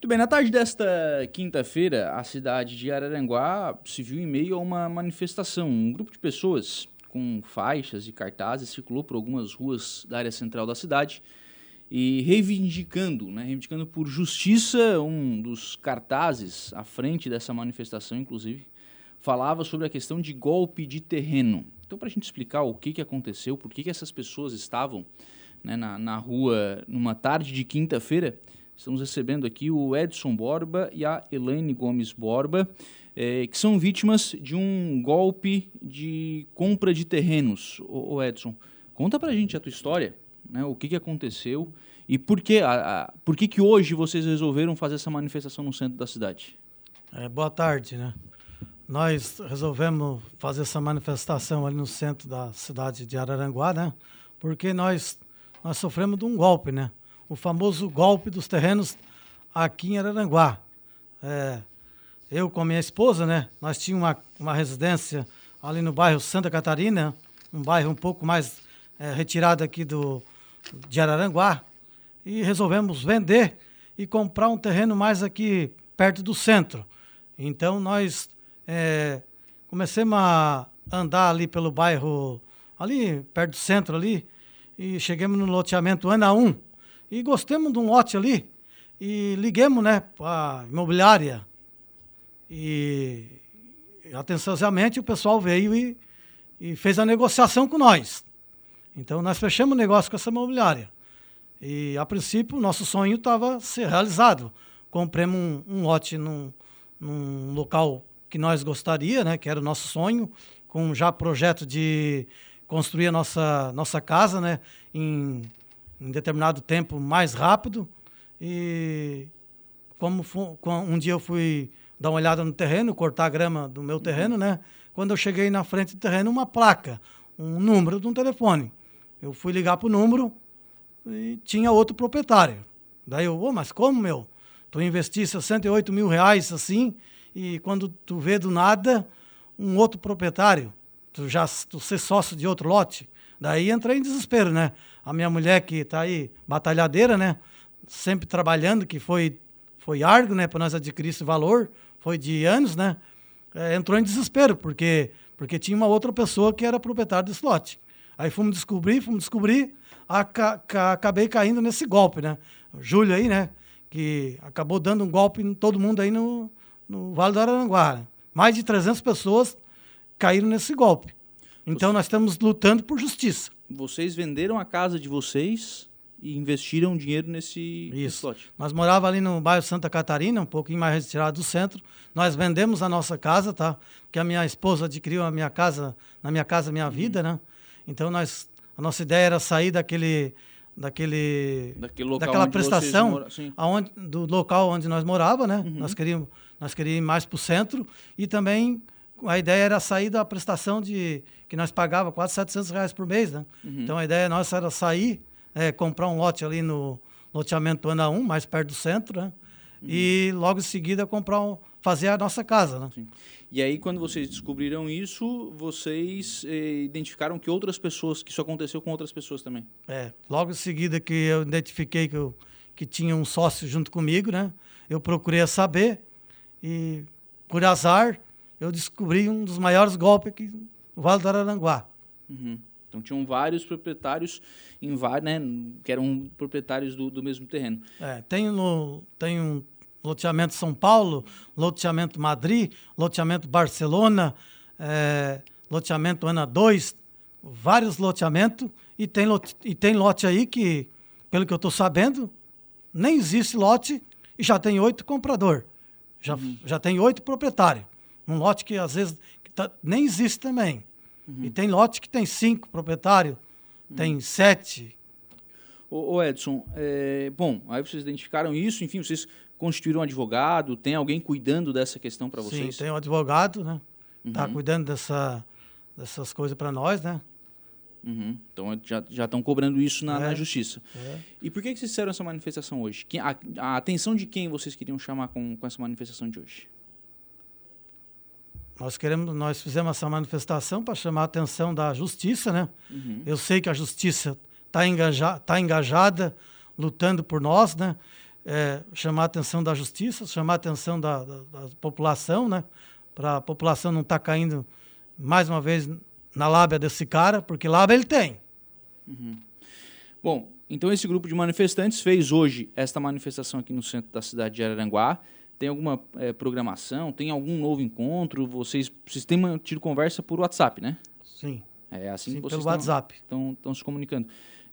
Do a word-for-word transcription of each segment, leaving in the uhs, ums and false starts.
Muito bem, na tarde desta quinta-feira, a cidade de Araranguá se viu em meio a uma manifestação. Um grupo de pessoas com faixas e cartazes circulou por algumas ruas da área central da cidade e reivindicando, né, reivindicando por justiça. Um dos cartazes à frente dessa manifestação, inclusive, falava sobre a questão de golpe de terreno. Então, para a gente explicar o que, que aconteceu, por que, que essas pessoas estavam, né, na, na rua numa tarde de quinta-feira, estamos recebendo aqui o Edson Borba e a Elaine Gomes Borba, eh, que são vítimas de um golpe de compra de terrenos. Ô, ô Edson, conta pra gente a tua história, né, o que, que aconteceu e por que, a, a, por que, que hoje vocês resolveram fazer essa manifestação no centro da cidade. É, boa tarde, né? Nós resolvemos fazer essa manifestação ali no centro da cidade de Araranguá, né? Porque nós, nós sofremos de um golpe, né? O famoso golpe dos terrenos aqui em Araranguá. É, eu com a minha esposa, né? Nós tínhamos uma, uma residência ali no bairro Santa Catarina, um bairro um pouco mais é, retirado aqui do, de Araranguá, e resolvemos vender e comprar um terreno mais aqui perto do centro. Então nós é, comecemos a andar ali pelo bairro, ali perto do centro ali, e chegamos no loteamento Ana um. E gostamos de um lote ali e liguemos, né, para a imobiliária. E atenciosamente o pessoal veio e, e fez a negociação com nós. Então nós fechamos o negócio com essa imobiliária. E a princípio o nosso sonho estava a ser realizado. Compramos um, um lote num, num local que nós gostaria, né, que era o nosso sonho, com já projeto de construir a nossa, nossa casa, né, em... em determinado tempo mais rápido. E como um dia eu fui dar uma olhada no terreno, cortar a grama do meu terreno, né? Quando eu cheguei na frente do terreno, uma placa, um número de um telefone. Eu fui ligar para o número e tinha outro proprietário. Daí eu, oh, mas como, meu? Tu investi sessenta e oito mil reais assim, e quando tu vê do nada um outro proprietário, tu já tu ser sócio de outro lote. Daí entrei em desespero, né? A minha mulher, que está aí, batalhadeira, né? Sempre trabalhando, que foi, foi árduo, né? Para nós adquirir esse valor, foi de anos, né? É, entrou em desespero, porque, porque tinha uma outra pessoa que era proprietária desse lote. Aí fomos descobrir, fomos descobrir, aca, ca, acabei caindo nesse golpe, né? O Júlio aí, né? Que acabou dando um golpe em todo mundo aí no, no Vale do Araranguá. Né? Mais de trezentas pessoas caíram nesse golpe. Então nós estamos lutando por justiça. Vocês venderam a casa de vocês e investiram dinheiro nesse, nesse lote. Nós morávamos ali no bairro Santa Catarina, um pouquinho mais retirado do centro. Nós vendemos a nossa casa, tá? Porque a minha esposa adquiriu a minha casa, na minha casa, minha uhum. vida, né? Então nós, a nossa ideia era sair daquele, daquele, daquele local daquela prestação mora, aonde, do local onde nós morávamos, né? Uhum. Nós queríamos, nós queríamos ir mais para o centro e também a ideia era sair da prestação de que nós pagava quase setecentos reais por mês, né? Uhum. Então a ideia nossa era sair, é, comprar um lote ali no loteamento Ana um, mais perto do centro, né? Uhum. E logo em seguida comprar um, fazer a nossa casa, né? Sim. E aí quando vocês descobriram isso, vocês eh, identificaram que outras pessoas, que isso aconteceu com outras pessoas também? É, logo em seguida que eu identifiquei que, eu, que tinha um sócio junto comigo, né? Eu procurei saber e, por azar, eu descobri um dos maiores golpes aqui no Vale do Araranguá. Uhum. Então tinham vários proprietários, em vários, né, que eram proprietários do, do mesmo terreno. É, tem, no, tem um loteamento São Paulo, loteamento Madrid, loteamento Barcelona, é, loteamento Ana dois, vários loteamentos, e tem, lote, e tem lote aí que, pelo que eu estou sabendo, nem existe lote e já tem oito compradores, já, uhum. já tem oito proprietários. Um lote que às vezes que tá, nem existe também. Uhum. E tem lote que tem cinco proprietários, uhum. tem sete. Ô, ô Edson, é, bom, aí vocês identificaram isso, enfim, vocês constituíram um advogado, tem alguém cuidando dessa questão para vocês? Sim, tem um advogado, né? Está uhum. cuidando dessa, dessas coisas para nós, né? Uhum. Então já estão cobrando isso na, é. na justiça. É. E por que, que vocês fizeram essa manifestação hoje? Que, a, a atenção de quem vocês queriam chamar com, com essa manifestação de hoje? Nós queremos, nós fizemos essa manifestação para chamar a atenção da justiça, né? Uhum. Eu sei que a justiça está engaja, tá engajada, lutando por nós, né? é, chamar a atenção da justiça, chamar a atenção da, da, da população, né? Para a população não estar tá caindo, mais uma vez, na lábia desse cara, porque lábia ele tem. Uhum. Bom, então esse grupo de manifestantes fez hoje esta manifestação aqui no centro da cidade de Araranguá. Tem alguma é, programação? Tem algum novo encontro? Vocês, vocês têm mantido conversa por WhatsApp, né? Sim. É assim Sim, que vocês pelo WhatsApp. estão se comunicando.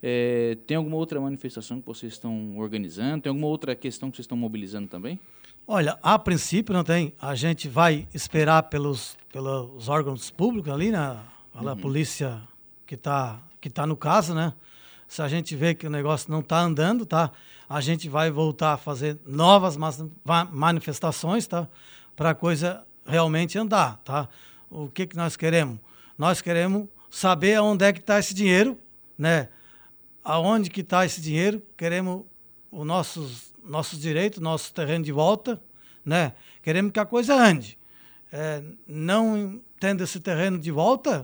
É, tem alguma outra manifestação que vocês estão organizando? Tem alguma outra questão que vocês estão mobilizando também? Olha, a princípio não tem. A gente vai esperar pelos, pelos órgãos públicos ali, né? A uhum. polícia que está que tá no caso, né? Se a gente vê que o negócio não está andando, tá? A gente vai voltar a fazer novas manifestações, tá? Para a coisa realmente andar, tá? O que, que nós queremos? Nós queremos saber aonde é que está esse dinheiro, né? Aonde que está esse dinheiro? Queremos os nossos, nossos direitos, nosso terreno de volta, né? Queremos que a coisa ande. É, não tendo esse terreno de volta,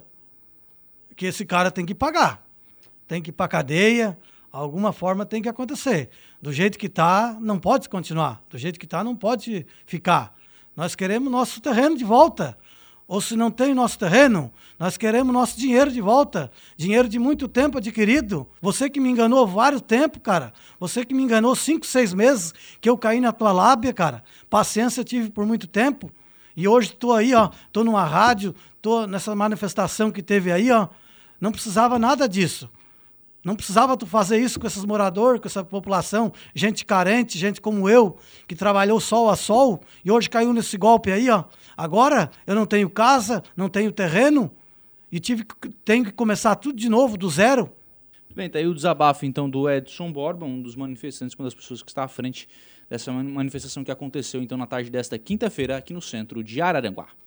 que esse cara tem que pagar. Tem que ir para a cadeia, alguma forma tem que acontecer. Do jeito que está, não pode continuar. Do jeito que está, não pode ficar. Nós queremos nosso terreno de volta. Ou se não tem nosso terreno, nós queremos nosso dinheiro de volta. Dinheiro de muito tempo adquirido. Você que me enganou vários tempos, cara. Você que me enganou cinco, seis meses que eu caí na tua lábia, cara. Paciência eu tive por muito tempo. E hoje estou aí, ó. Estou numa rádio, estou nessa manifestação que teve aí, ó. Não precisava nada disso. Não precisava tu fazer isso com esses moradores, com essa população, gente carente, gente como eu, que trabalhou sol a sol e hoje caiu nesse golpe aí, ó. Agora eu não tenho casa, não tenho terreno e tive, tenho que começar tudo de novo, do zero. Bem, tá aí o desabafo então do Edson Borba, um dos manifestantes, uma das pessoas que está à frente dessa manifestação que aconteceu então na tarde desta quinta-feira aqui no centro de Araranguá.